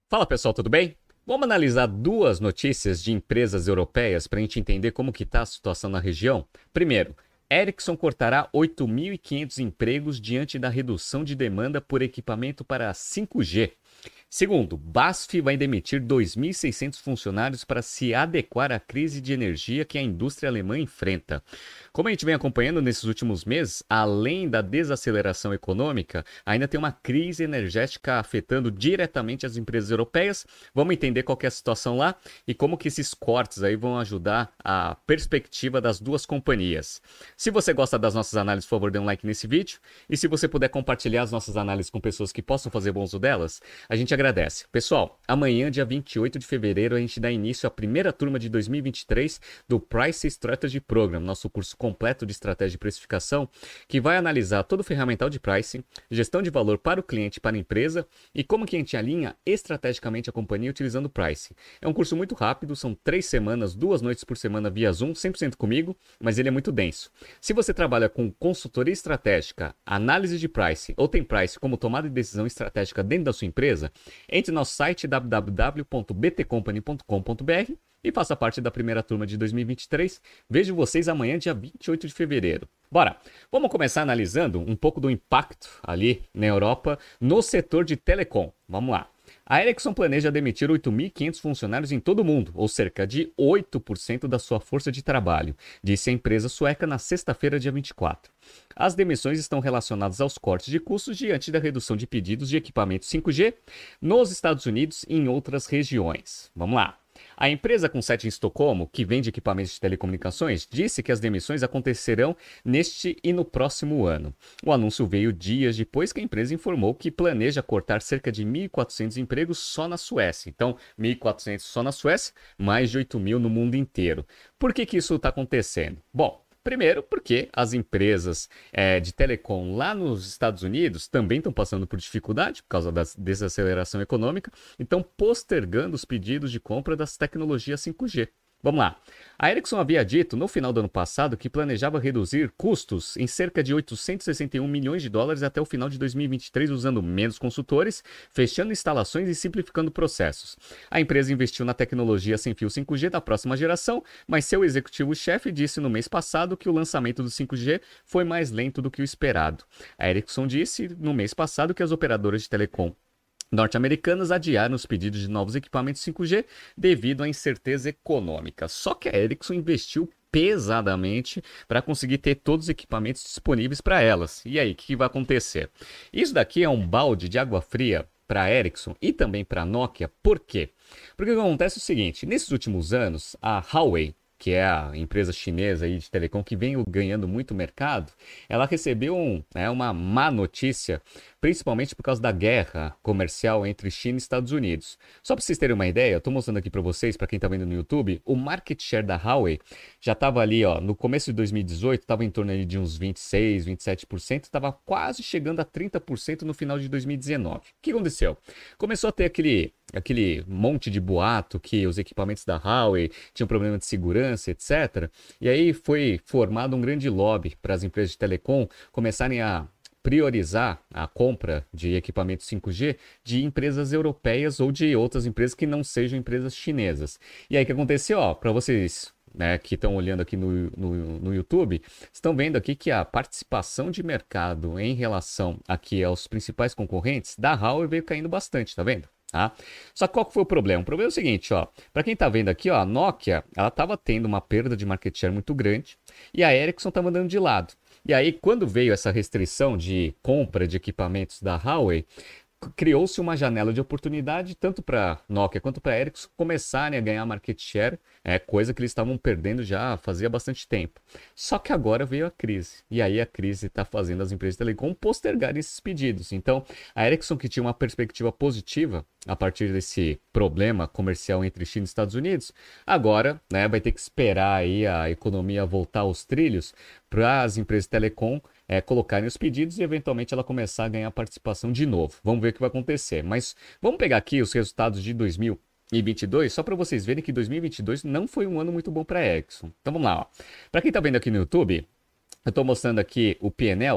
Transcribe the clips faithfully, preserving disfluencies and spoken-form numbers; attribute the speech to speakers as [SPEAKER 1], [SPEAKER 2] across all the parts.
[SPEAKER 1] Fala pessoal, tudo bem? Vamos analisar duas notícias de empresas europeias para a gente entender como que está a situação na região. Primeiro, Ericsson cortará oito mil e quinhentos empregos diante da redução de demanda por equipamento para cinco G. Segundo, B A S F vai demitir dois mil e seiscentos funcionários para se adequar à crise de energia que a indústria alemã enfrenta. Como a gente vem acompanhando nesses últimos meses, além da desaceleração econômica, ainda tem uma crise energética afetando diretamente as empresas europeias. Vamos entender qual que é a situação lá e como que esses cortes aí vão ajudar a perspectiva das duas companhias. Se você gosta das nossas análises, por favor, dê um like nesse vídeo. E se você puder compartilhar as nossas análises com pessoas que possam fazer bom uso delas, a gente agradece. Pessoal, amanhã, dia vinte e oito de fevereiro, a gente dá início à primeira turma de dois mil e vinte e três do Price Strategy Program, nosso curso completo de estratégia de precificação, que vai analisar todo o ferramental de pricing, gestão de valor para o cliente e para a empresa e como que a gente alinha estrategicamente a companhia utilizando o pricing. É um curso muito rápido, são três semanas, duas noites por semana via Zoom, cem por cento comigo, mas ele é muito denso. Se você trabalha com consultoria estratégica, análise de pricing ou tem price como tomada de decisão estratégica dentro da sua empresa, entre no nosso site w w w ponto b t company ponto com ponto b r e faça parte da primeira turma de dois mil e vinte e três. Vejo vocês amanhã, dia vinte e oito de fevereiro. Bora! Vamos começar analisando um pouco do impacto ali na Europa no setor de telecom. Vamos lá. A Ericsson planeja demitir oito mil e quinhentos funcionários em todo o mundo, ou cerca de oito por cento da sua força de trabalho, disse a empresa sueca na sexta-feira, dia vinte e quatro. As demissões estão relacionadas aos cortes de custos diante da redução de pedidos de equipamentos cinco G nos Estados Unidos e em outras regiões. Vamos lá. A empresa com sede em Estocolmo, que vende equipamentos de telecomunicações, disse que as demissões acontecerão neste e no próximo ano. O anúncio veio dias depois que a empresa informou que planeja cortar cerca de mil e quatrocentos empregos só na Suécia. Então, mil e quatrocentos só na Suécia, mais de oito mil no mundo inteiro. Por que que isso está acontecendo? Bom, primeiro, porque as empresas é, de telecom lá nos Estados Unidos também estão passando por dificuldade por causa da desaceleração econômica e estão postergando os pedidos de compra das tecnologias cinco G. Vamos lá. A Ericsson havia dito no final do ano passado que planejava reduzir custos em cerca de oitocentos e sessenta e um milhões de dólares até o final de dois mil e vinte e três, usando menos consultores, fechando instalações e simplificando processos. A empresa investiu na tecnologia sem fio cinco G da próxima geração, mas seu executivo-chefe disse no mês passado que o lançamento do cinco G foi mais lento do que o esperado. A Ericsson disse no mês passado que as operadoras de telecom norte-americanas adiaram os pedidos de novos equipamentos cinco G devido à incerteza econômica. Só que a Ericsson investiu pesadamente para conseguir ter todos os equipamentos disponíveis para elas. E aí, o que vai acontecer? Isso daqui é um balde de água fria para a Ericsson e também para a Nokia. Por quê? Porque o que acontece é o seguinte, nesses últimos anos, a Huawei, que é a empresa chinesa aí de telecom que vem ganhando muito mercado, ela recebeu um, né, uma má notícia, principalmente por causa da guerra comercial entre China e Estados Unidos. Só para vocês terem uma ideia, eu estou mostrando aqui para vocês, para quem está vendo no YouTube, o market share da Huawei já estava ali, ó, no começo de dois mil e dezoito, estava em torno ali de uns vinte e seis, vinte e sete por cento, estava quase chegando a trinta por cento no final de dois mil e dezenove. O que aconteceu? Começou a ter aquele aquele monte de boato que os equipamentos da Huawei tinham problema de segurança, etcétera. E aí foi formado um grande lobby para as empresas de telecom começarem a priorizar a compra de equipamentos cinco G de empresas europeias ou de outras empresas que não sejam empresas chinesas. E aí o que aconteceu? Ó, para vocês, né, que estão olhando aqui no, no, no YouTube, estão vendo aqui que a participação de mercado em relação aqui aos principais concorrentes da Huawei veio caindo bastante, tá vendo? Tá? Só que qual que foi o problema? O problema é o seguinte, ó, para quem tá vendo aqui, ó, a Nokia, ela tava tendo uma perda de market share muito grande e a Ericsson tava andando de lado. E aí, quando veio essa restrição de compra de equipamentos da Huawei, criou-se uma janela de oportunidade tanto para Nokia quanto para Ericsson começarem a ganhar market share, é coisa que eles estavam perdendo já fazia bastante tempo. Só que agora veio a crise, e aí a crise está fazendo as empresas de telecom postergarem esses pedidos. Então, a Ericsson, que tinha uma perspectiva positiva a partir desse problema comercial entre China e Estados Unidos, agora, né, vai ter que esperar aí a economia voltar aos trilhos para as empresas de telecom é, colocarem os pedidos e eventualmente ela começar a ganhar participação de novo. Vamos ver o que vai acontecer. Mas vamos pegar aqui os resultados de dois mil e vinte e dois, só para vocês verem que dois mil e vinte e dois não foi um ano muito bom para a Ericsson. Então vamos lá. Para quem está vendo aqui no YouTube, eu estou mostrando aqui o P e L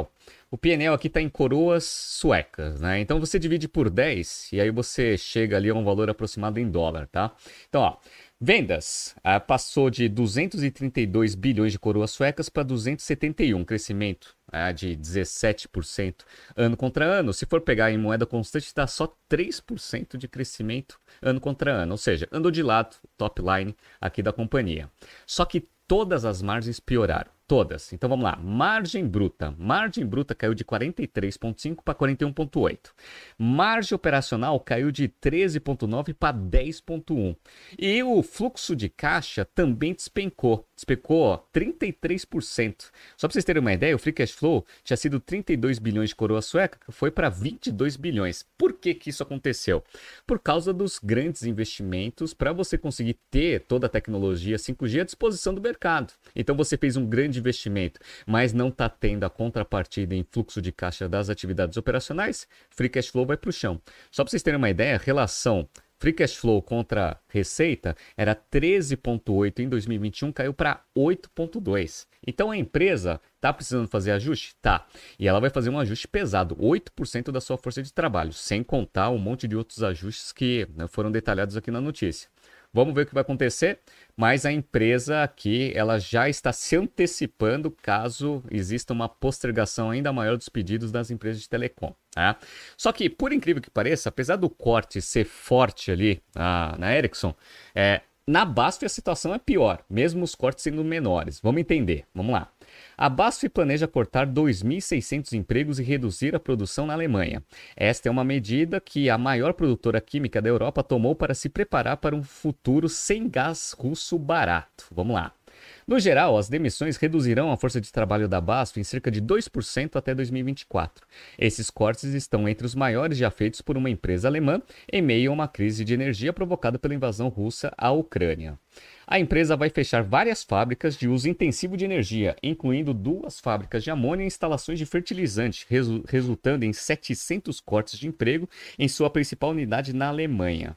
[SPEAKER 1] O P e L aqui está em coroas suecas, né? Então você divide por dez e aí você chega ali a um valor aproximado em dólar, tá? Então, ó, vendas ah, passou de duzentos e trinta e dois bilhões de coroas suecas para duzentos e setenta e um, crescimento ah, de dezessete por cento ano contra ano. Se for pegar em moeda constante, dá só três por cento de crescimento ano contra ano, ou seja, andou de lado, top line aqui da companhia. Só que todas as margens pioraram. Todas. Então vamos lá. Margem bruta. Margem bruta caiu de quarenta e três vírgula cinco para quarenta e um vírgula oito. Margem operacional caiu de treze vírgula nove para dez vírgula um. E o fluxo de caixa também despencou. Despencou ó, trinta e três por cento. Só para vocês terem uma ideia, o free cash flow tinha sido trinta e dois bilhões de coroa sueca, foi para vinte e dois bilhões. Por que que isso aconteceu? Por causa dos grandes investimentos para você conseguir ter toda a tecnologia cinco G à disposição do mercado. Então você fez um grande investimento, mas não está tendo a contrapartida em fluxo de caixa das atividades operacionais, free cash flow vai para o chão. Só para vocês terem uma ideia, a relação free cash flow contra receita era treze vírgula oito em dois mil e vinte e um, caiu para oito vírgula dois. Então a empresa está precisando fazer ajuste? Tá. E ela vai fazer um ajuste pesado, oito por cento da sua força de trabalho, sem contar um monte de outros ajustes que né, foram detalhados aqui na notícia. Vamos ver o que vai acontecer, mas a empresa aqui ela já está se antecipando caso exista uma postergação ainda maior dos pedidos das empresas de telecom. Tá? Só que, por incrível que pareça, apesar do corte ser forte ali ah, na Ericsson, é, na B A S F a situação é pior, mesmo os cortes sendo menores. Vamos entender, vamos lá. A B A S F planeja cortar dois mil e seiscentos empregos e reduzir a produção na Alemanha. Esta é uma medida que a maior produtora química da Europa tomou para se preparar para um futuro sem gás russo barato. Vamos lá. No geral, as demissões reduzirão a força de trabalho da B A S F em cerca de dois por cento até dois mil e vinte e quatro. Esses cortes estão entre os maiores já feitos por uma empresa alemã em meio a uma crise de energia provocada pela invasão russa à Ucrânia. A empresa vai fechar várias fábricas de uso intensivo de energia, incluindo duas fábricas de amônia e instalações de fertilizante, resu- resultando em setecentos cortes de emprego em sua principal unidade na Alemanha.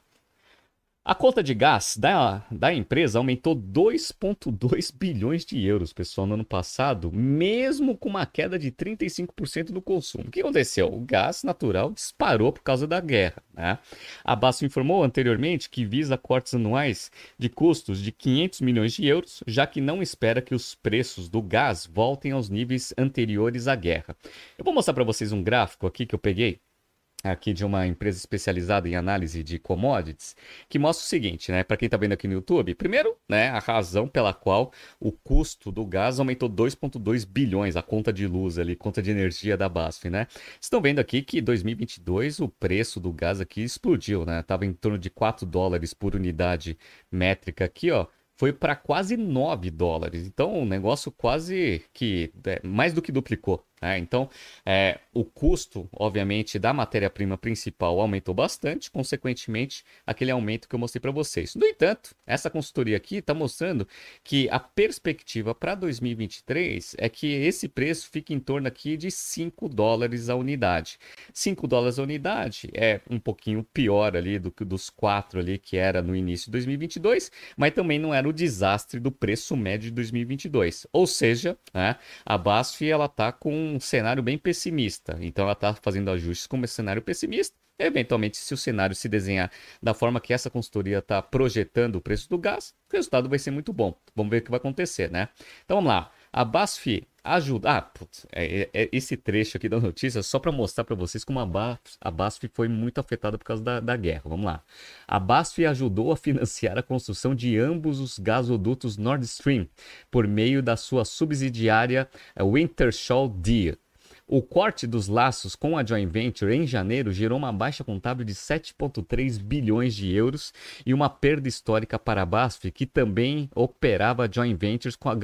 [SPEAKER 1] A conta de gás da, da empresa aumentou dois vírgula dois bilhões de euros, pessoal, no ano passado, mesmo com uma queda de trinta e cinco por cento no consumo. O que aconteceu? O gás natural disparou por causa da guerra. Né? A B A S F informou anteriormente que visa cortes anuais de custos de quinhentos milhões de euros, já que não espera que os preços do gás voltem aos níveis anteriores à guerra. Eu vou mostrar para vocês um gráfico aqui que eu peguei aqui de uma empresa especializada em análise de commodities, que mostra o seguinte, né, para quem está vendo aqui no YouTube, primeiro, né, a razão pela qual o custo do gás aumentou dois vírgula dois bilhões, a conta de luz ali, conta de energia da B A S F, né? Estão vendo aqui que em dois mil e vinte e dois o preço do gás aqui explodiu, né? Tava em torno de quatro dólares por unidade métrica aqui, ó. Foi para quase nove dólares. Então, o negócio quase que é, mais do que duplicou. Né? Então, é, o custo, obviamente, da matéria-prima principal aumentou bastante, consequentemente, aquele aumento que eu mostrei para vocês. No entanto, essa consultoria aqui está mostrando que a perspectiva para dois mil e vinte e três é que esse preço fique em torno aqui de cinco dólares a unidade. cinco dólares a unidade é um pouquinho pior ali do que dos quatro ali que era no início de dois mil e vinte e dois, mas também não era o desastre do preço médio de dois mil e vinte e dois. Ou seja, né, a B A S F ela está com um cenário bem pessimista. Então ela está fazendo ajustes com esse cenário pessimista. Eventualmente, se o cenário se desenhar da forma que essa consultoria está projetando o preço do gás, o resultado vai ser muito bom. Vamos ver o que vai acontecer, né? Então vamos lá. A B A S F ajuda... Ah, putz, é, é esse trecho aqui da notícia só para mostrar para vocês como a B A S F, a B A S F foi muito afetada por causa da, da guerra. Vamos lá. A B A S F ajudou a financiar a construção de ambos os gasodutos Nord Stream por meio da sua subsidiária Wintershall Dea. O corte dos laços com a joint venture em janeiro gerou uma baixa contábil de sete vírgula três bilhões de euros e uma perda histórica para a B A S F, que também operava joint ventures com a,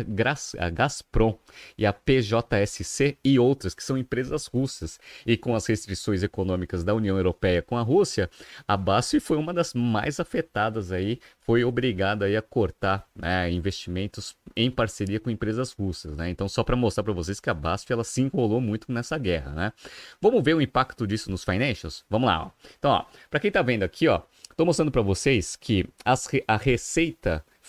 [SPEAKER 1] a Gazprom e a P J S C e outras, que são empresas russas. E com as restrições econômicas da União Europeia com a Rússia, a B A S F foi uma das mais afetadas aí, foi obrigada aí a cortar né, investimentos em parceria com empresas russas. Né? Então, só para mostrar para vocês que a B A S F ela se enrolou muito nessa guerra, né? Vamos ver o impacto disso nos financials? Vamos lá, ó. Então, ó, para quem tá vendo aqui, ó, tô mostrando para vocês que as re a receita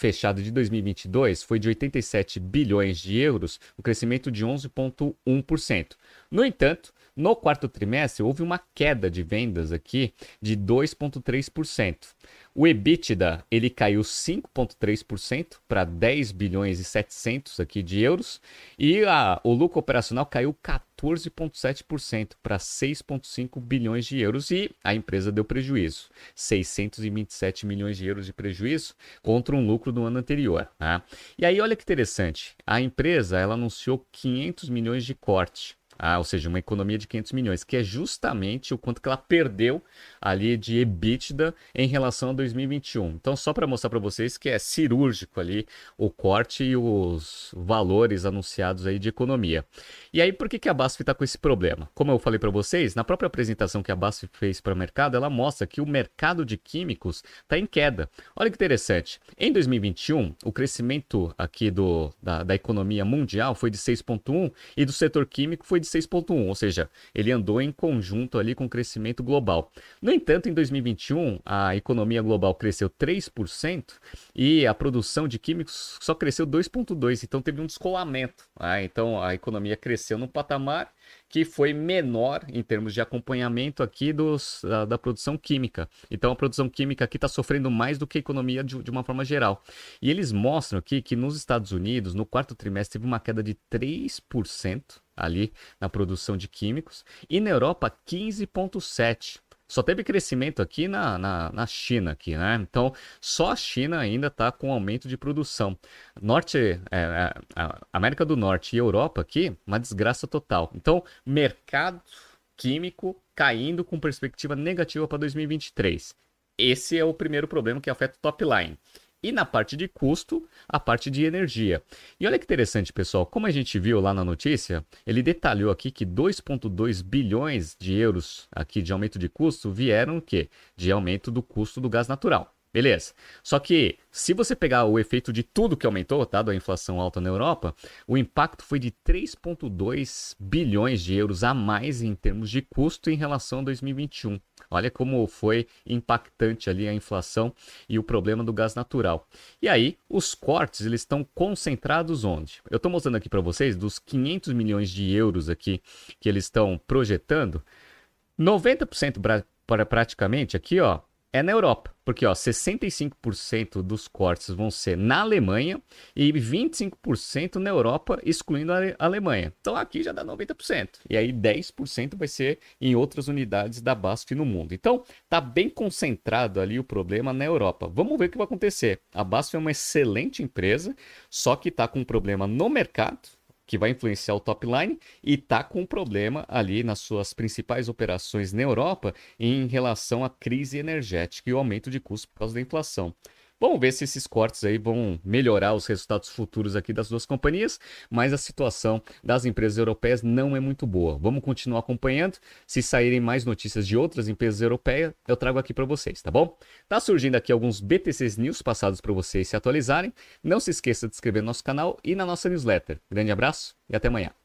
[SPEAKER 1] fechado de dois mil e vinte e dois foi de oitenta e sete bilhões de euros, um crescimento de onze vírgula um por cento. No entanto, no quarto trimestre houve uma queda de vendas aqui de dois vírgula três por cento. O EBITDA ele caiu cinco vírgula três por cento para dez bilhões e setecentos aqui de euros e a, o lucro operacional caiu quatorze vírgula sete por cento para seis vírgula cinco bilhões de euros e a empresa deu prejuízo, seiscentos e vinte e sete milhões de euros de prejuízo contra um lucro do ano anterior. Tá? E aí olha que interessante, a empresa ela anunciou quinhentos milhões de corte. Ah, ou seja, uma economia de quinhentos milhões, que é justamente o quanto que ela perdeu ali de EBITDA em relação a dois mil e vinte e um. Então, só para mostrar para vocês que é cirúrgico ali o corte e os valores anunciados aí de economia. E aí, por que, que a B A S F está com esse problema? Como eu falei para vocês, na própria apresentação que a B A S F fez para o mercado, ela mostra que o mercado de químicos está em queda. Olha que interessante. Em dois mil e vinte e um, o crescimento aqui do, da, da economia mundial foi de seis vírgula um e do setor químico foi de seis vírgula um, ou seja, ele andou em conjunto ali com o crescimento global. No entanto, em dois mil e vinte e um, a economia global cresceu três por cento e a produção de químicos só cresceu dois vírgula dois por cento, então teve um descolamento. Ah, então a economia cresceu num patamar que foi menor em termos de acompanhamento aqui dos, da, da produção química. Então a produção química aqui está sofrendo mais do que a economia de, de uma forma geral. E eles mostram aqui que nos Estados Unidos, no quarto trimestre, teve uma queda de três por cento ali na produção de químicos e na Europa quinze vírgula sete por cento. Só teve crescimento aqui na, na, na China, aqui, né? Então, só a China ainda está com aumento de produção. Norte, é, a América do Norte e Europa aqui, uma desgraça total. Então, mercado químico caindo com perspectiva negativa para dois mil e vinte e três. Esse é o primeiro problema que afeta o top line. E na parte de custo, a parte de energia. E olha que interessante, pessoal, como a gente viu lá na notícia, ele detalhou aqui que dois vírgula dois bilhões de euros aqui de aumento de custo vieram o quê? De aumento do custo do gás natural. Beleza. Só que se você pegar o efeito de tudo que aumentou, tá, da inflação alta na Europa, o impacto foi de três vírgula dois bilhões de euros a mais em termos de custo em relação a dois mil e vinte e um. Olha como foi impactante ali a inflação e o problema do gás natural. E aí, os cortes, eles estão concentrados onde? Eu estou mostrando aqui para vocês dos quinhentos milhões de euros aqui que eles estão projetando, noventa por cento para praticamente aqui, ó, é na Europa, porque ó, sessenta e cinco por cento dos cortes vão ser na Alemanha e vinte e cinco por cento na Europa, excluindo a Alemanha. Então aqui já dá noventa por cento. E aí dez por cento vai ser em outras unidades da B A S F no mundo. Então tá bem concentrado ali o problema na Europa. Vamos ver o que vai acontecer. A B A S F é uma excelente empresa, só que está com um problema no mercado, que vai influenciar o top line e está com um problema ali nas suas principais operações na Europa em relação à crise energética e o aumento de custos por causa da inflação. Vamos ver se esses cortes aí vão melhorar os resultados futuros aqui das duas companhias, mas a situação das empresas europeias não é muito boa. Vamos continuar acompanhando. Se saírem mais notícias de outras empresas europeias, eu trago aqui para vocês, tá bom? Tá surgindo aqui alguns B T Cs News passados para vocês se atualizarem. Não se esqueça de se inscrever no nosso canal e na nossa newsletter. Grande abraço e até amanhã.